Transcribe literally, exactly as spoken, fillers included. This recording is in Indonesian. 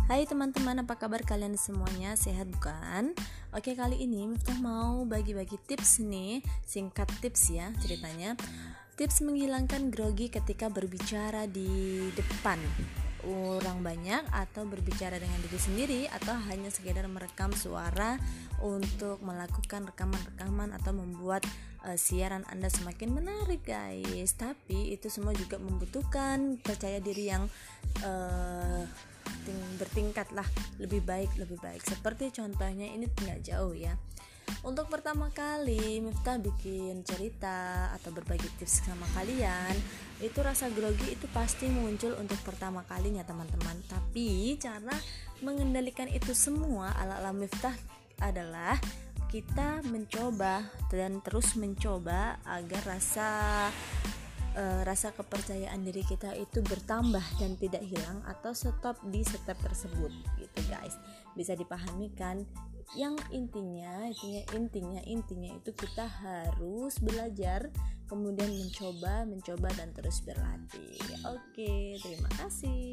Hai teman-teman, apa kabar kalian semuanya? Sehat bukan? Oke, kali ini Miftah mau bagi-bagi tips nih, singkat tips ya ceritanya. Tips menghilangkan grogi ketika berbicara di depan orang banyak, atau berbicara dengan diri sendiri, atau hanya sekedar merekam suara untuk melakukan rekaman-rekaman atau membuat uh, siaran Anda semakin menarik guys. Tapi itu semua juga membutuhkan percaya diri yang uh, bertingkat lah, lebih baik lebih baik seperti contohnya ini nggak jauh ya. Untuk pertama kali Miftah bikin cerita atau berbagi tips sama kalian, itu rasa grogi itu pasti muncul untuk pertama kalinya teman-teman. Tapi cara mengendalikan itu semua ala-ala Miftah adalah kita mencoba dan terus mencoba agar rasa Uh, rasa kepercayaan diri kita itu bertambah dan tidak hilang atau stop di step tersebut gitu guys. Bisa dipahami kan? Yang intinya intinya intinya intinya itu kita harus belajar, kemudian mencoba mencoba dan terus berlatih. Oke, terima kasih.